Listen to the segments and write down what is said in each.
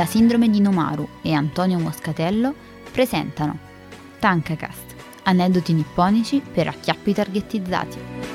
la Sindrome di Nomaru e Antonio Moscatello presentano Tankacast, aneddoti nipponici per acchiappi targetizzati.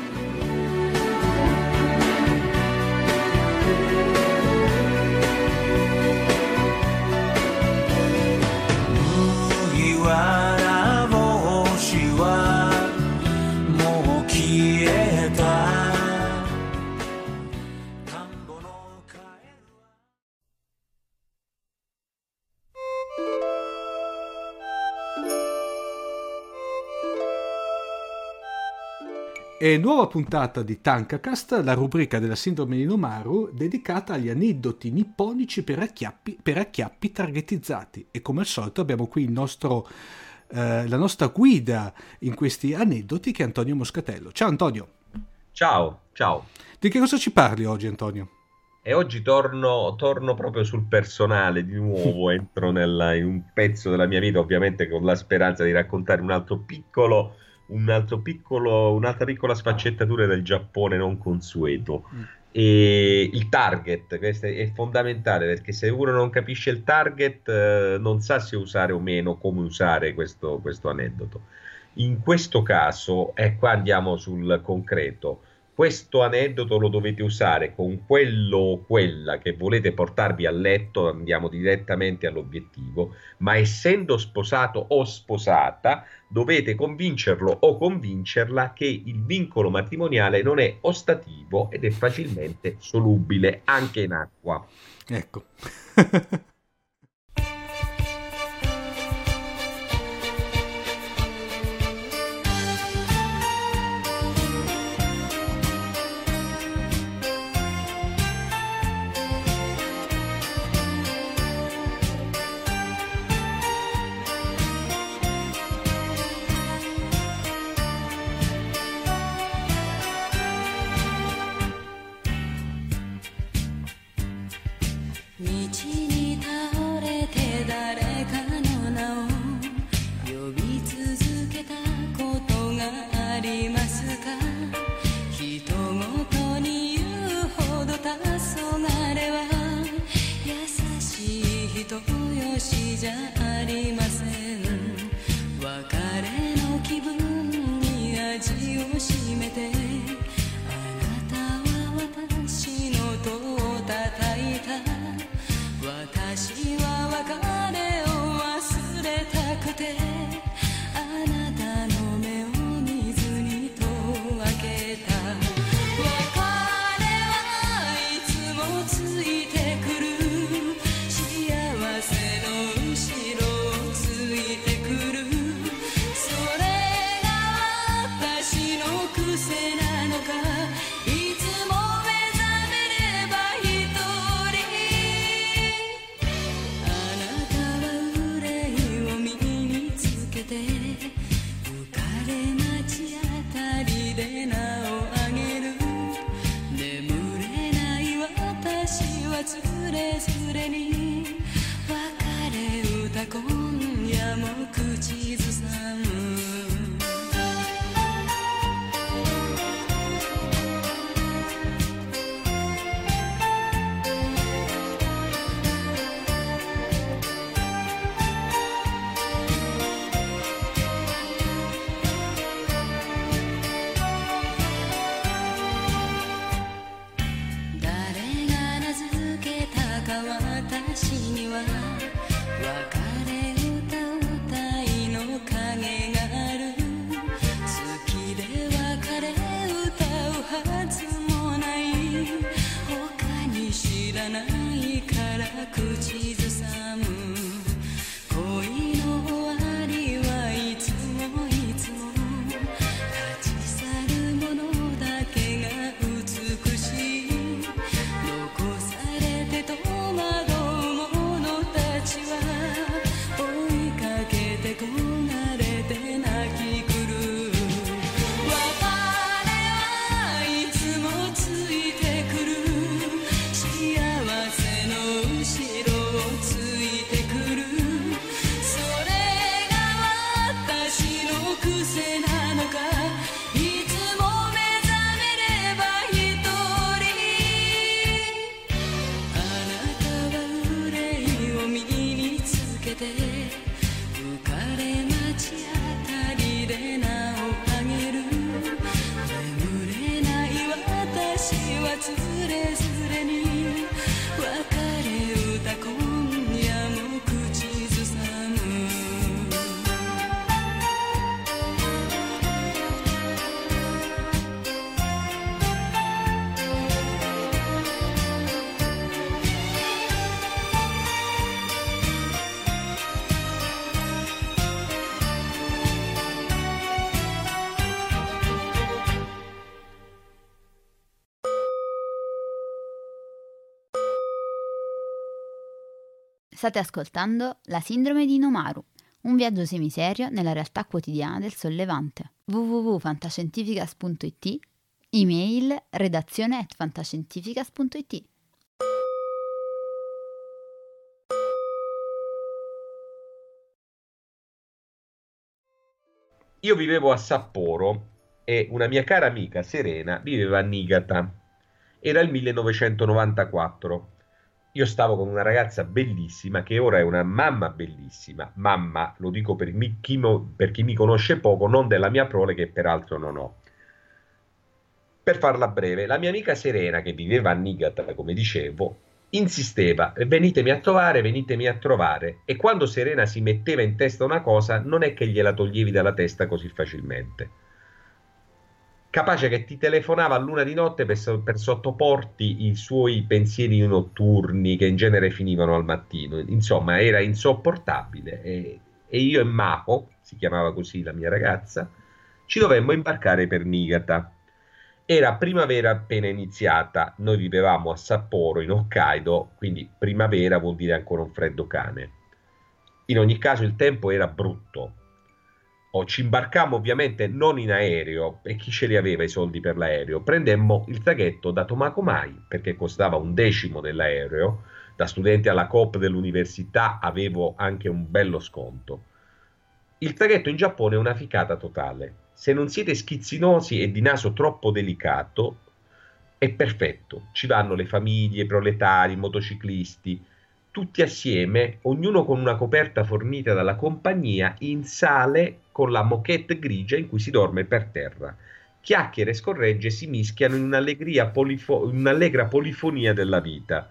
E nuova puntata di Tankacast, la rubrica della Sindrome di Nomaru dedicata agli aneddoti nipponici per acchiappi targetizzati. E come al solito abbiamo qui la nostra guida in questi aneddoti, che è Antonio Moscatello. Ciao Antonio. Ciao. Di che cosa ci parli oggi, Antonio? E oggi torno proprio sul personale, di nuovo entro in un pezzo della mia vita, ovviamente con la speranza di raccontare un'altra piccola sfaccettatura del Giappone non consueto. E il target, questo è fondamentale, perché se uno non capisce il target non sa se usare o meno, come usare questo aneddoto. In questo caso, e qua andiamo sul concreto, questo aneddoto lo dovete usare con quello o quella che volete portarvi a letto, andiamo direttamente all'obiettivo, ma essendo sposato o sposata dovete convincerlo o convincerla che il vincolo matrimoniale non è ostativo ed è facilmente solubile anche in acqua. Ecco. State ascoltando La Sindrome di Inomaru, un viaggio semiserio nella realtà quotidiana del Sollevante. www.fantascientificas.it, email redazione@fantascientificas.it. Io vivevo a Sapporo e una mia cara amica Serena viveva a Niigata. Era il 1994. Io stavo con una ragazza bellissima che ora è una mamma bellissima. Mamma, lo dico per chi mi conosce poco, non della mia prole che peraltro non ho. Per farla breve, la mia amica Serena, che viveva a Niigata, come dicevo, insisteva: venitemi a trovare. E quando Serena si metteva in testa una cosa, non è che gliela toglievi dalla testa così facilmente. Capace che ti telefonava a luna di notte per sottoporti i suoi pensieri notturni, che in genere finivano al mattino. Insomma, era insopportabile. E io e Mako, si chiamava così la mia ragazza, ci dovemmo imbarcare per Niigata. Era primavera appena iniziata, noi vivevamo a Sapporo, in Hokkaido, quindi primavera vuol dire ancora un freddo cane. In ogni caso il tempo era brutto. Ci imbarcammo ovviamente non in aereo, e chi ce li aveva i soldi per l'aereo? Prendemmo il traghetto da Tomakomai, perché costava 1/10 dell'aereo. Da studente alla Coop dell'università avevo anche un bello sconto. Il traghetto in Giappone è una ficata totale. Se non siete schizzinosi e di naso troppo delicato, è perfetto. Ci vanno le famiglie, i proletari, i motociclisti, tutti assieme, ognuno con una coperta fornita dalla compagnia, in sale con la moquette grigia in cui si dorme per terra. Chiacchiere e scorregge si mischiano in un'allegra polifonia della vita.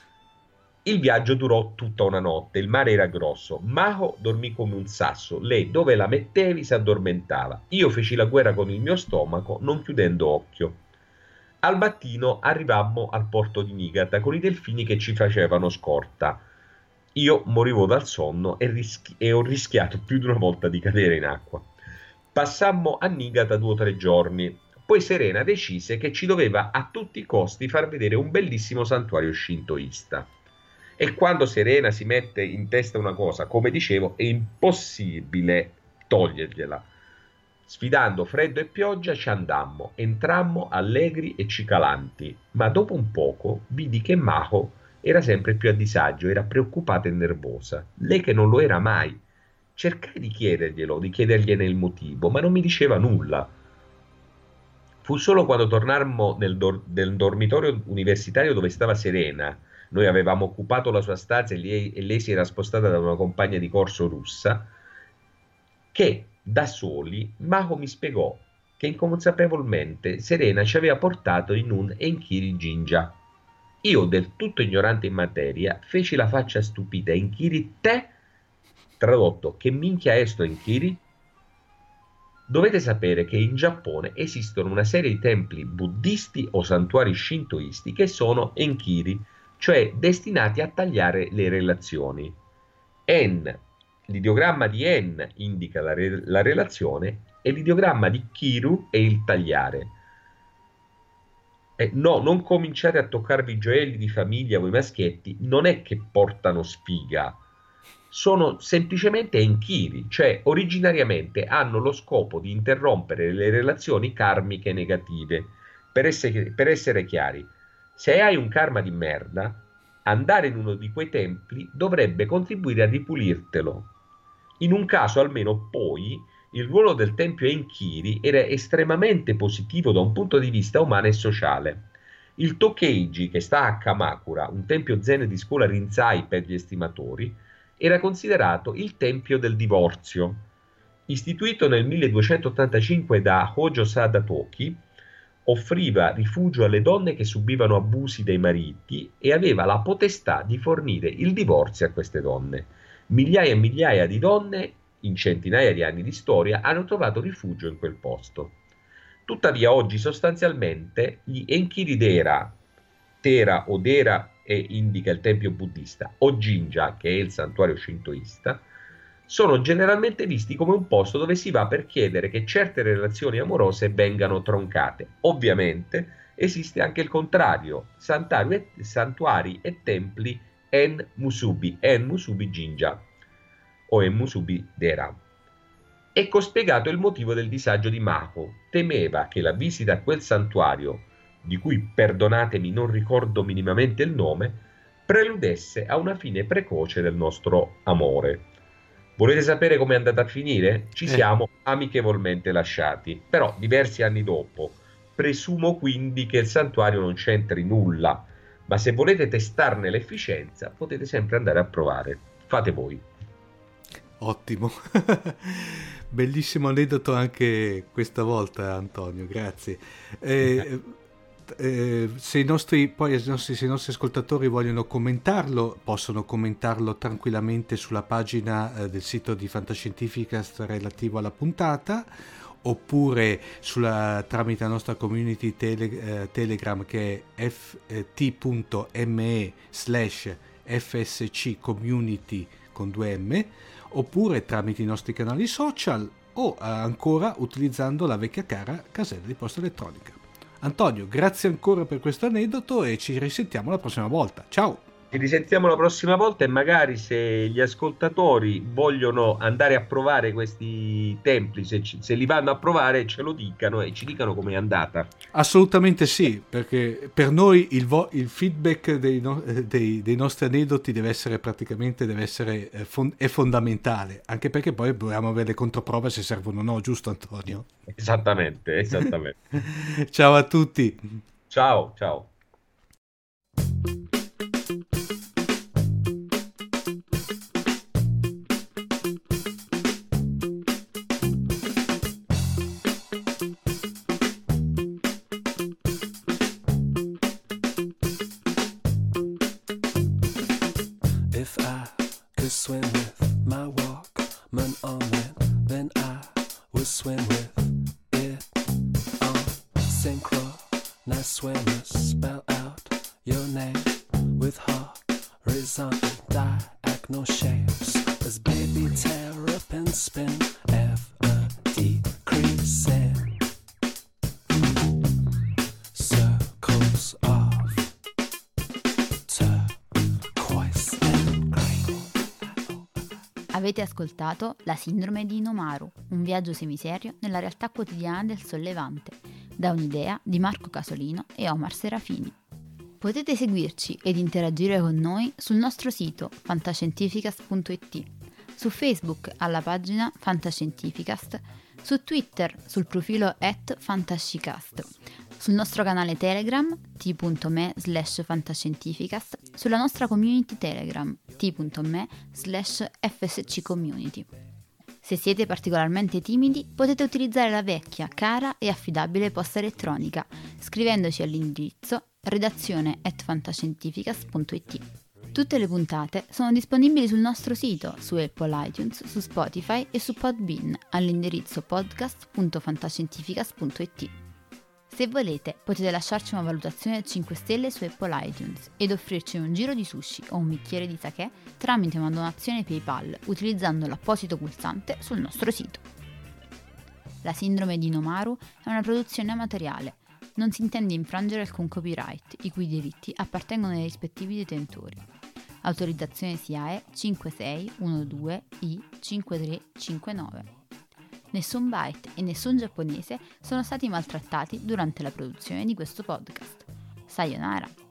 Il viaggio durò tutta una notte, il mare era grosso, Mako dormì come un sasso, lei dove la mettevi si addormentava, io feci la guerra con il mio stomaco non chiudendo occhio. Al mattino arrivammo al porto di Niigata con i delfini che ci facevano scorta. Io morivo dal sonno e ho rischiato più di una volta di cadere in acqua. Passammo a Niigata 2 o 3 giorni, poi Serena decise che ci doveva a tutti i costi far vedere un bellissimo santuario shintoista. E quando Serena si mette in testa una cosa, come dicevo, è impossibile togliergliela. Sfidando freddo e pioggia ci andammo, entrammo allegri e cicalanti, ma dopo un poco vidi che Mako era sempre più a disagio, era preoccupata e nervosa, lei che non lo era mai. Cercai di chiedergliene il motivo, ma non mi diceva nulla. Fu solo quando tornammo nel dormitorio universitario dove stava Serena, noi avevamo occupato la sua stanza e lei si era spostata da una compagna di corso russa, che da soli Mako mi spiegò che inconsapevolmente Serena ci aveva portato in un Enkiri Jinja. Io, del tutto ignorante in materia, feci la faccia stupita. Enkiri te? Tradotto, che minchia è sto Enkiri? Dovete sapere che in Giappone esistono una serie di templi buddisti o santuari shintoisti che sono Enkiri, cioè destinati a tagliare le relazioni. L'ideogramma di En indica la relazione e l'ideogramma di Kiru è il tagliare. No, non cominciate a toccarvi i gioielli di famiglia voi maschietti, non è che portano sfiga, sono semplicemente Enkiri, cioè originariamente hanno lo scopo di interrompere le relazioni karmiche negative. Per essere chiari, se hai un karma di merda, andare in uno di quei templi dovrebbe contribuire a ripulirtelo. In un caso almeno poi il ruolo del tempio Enkiri era estremamente positivo da un punto di vista umano e sociale. Il Tokeiji, che sta a Kamakura, un tempio zen di scuola Rinzai per gli estimatori, era considerato il tempio del divorzio. Istituito nel 1285 da Hojo Sadatoki, offriva rifugio alle donne che subivano abusi dai mariti e aveva la potestà di fornire il divorzio a queste donne. Migliaia e migliaia di donne, in centinaia di anni di storia, hanno trovato rifugio in quel posto. Tuttavia oggi sostanzialmente gli Enkiri Tera o Dera indica il tempio buddista, o Jinja, che è il santuario shintoista, sono generalmente visti come un posto dove si va per chiedere che certe relazioni amorose vengano troncate. Ovviamente esiste anche il contrario, santuari e templi En Musubi Jinja o En Musubi Dera. Ecco spiegato il motivo del disagio di Mako. Temeva che la visita a quel santuario, di cui perdonatemi non ricordo minimamente il nome, preludesse a una fine precoce del nostro amore. Volete sapere com'è andata a finire? Ci siamo amichevolmente lasciati, però diversi anni dopo. Presumo quindi che il santuario non c'entri nulla, ma se volete testarne l'efficienza potete sempre andare a provare. Fate voi. Ottimo. Bellissimo aneddoto anche questa volta, Antonio, grazie. Se i nostri ascoltatori vogliono commentarlo, possono commentarlo tranquillamente sulla pagina del sito di Fantascientificast relativo alla puntata, oppure tramite la nostra community Telegram, che è t.me/fsc community con 2M, oppure tramite i nostri canali social, o ancora utilizzando la vecchia cara casella di posta elettronica. Antonio, grazie ancora per questo aneddoto e ci risentiamo la prossima volta. Ciao! Ci risentiamo la prossima volta e magari se gli ascoltatori vogliono andare a provare questi templi, se li vanno a provare, ce lo dicano e ci dicano com'è andata. Assolutamente sì, perché per noi il feedback dei nostri aneddoti deve essere è fondamentale, anche perché poi dobbiamo avere le controprove se servono o no, giusto Antonio? Esattamente. Ciao a tutti. Ciao. If I could swim with my Walkman on it, then I would swim with it on synchro. Nice swimmers, spell out your name with horizontal diagonal shapes. As baby terrapins spin, ever decreasing circles of turquoise and green. Avete ascoltato La Sindrome di Inomaru, un viaggio semiserio nella realtà quotidiana del sollevante, da un'idea di Marco Casolino e Omar Serafini. Potete seguirci ed interagire con noi sul nostro sito fantascientificast.it, su Facebook alla pagina Fantascientificast, su Twitter sul profilo @fantascicast, sul nostro canale Telegram t.me/fantascientificast, sulla nostra community Telegram t.me/fsccommunity. Se siete particolarmente timidi, potete utilizzare la vecchia, cara e affidabile posta elettronica, scrivendoci all'indirizzo redazione@fantascientificast.it. Tutte le puntate sono disponibili sul nostro sito, su Apple iTunes, su Spotify e su Podbean, all'indirizzo podcast.fantascientificast.it. Se volete, potete lasciarci una valutazione 5 stelle su Apple iTunes ed offrirci un giro di sushi o un bicchiere di sake tramite una donazione PayPal utilizzando l'apposito pulsante sul nostro sito. La Sindrome di Inomaru è una produzione amatoriale. Non si intende infrangere alcun copyright, i cui diritti appartengono ai rispettivi detentori. Autorizzazione SIAE 5612I5359. Nessun byte e nessun giapponese sono stati maltrattati durante la produzione di questo podcast. Sayonara!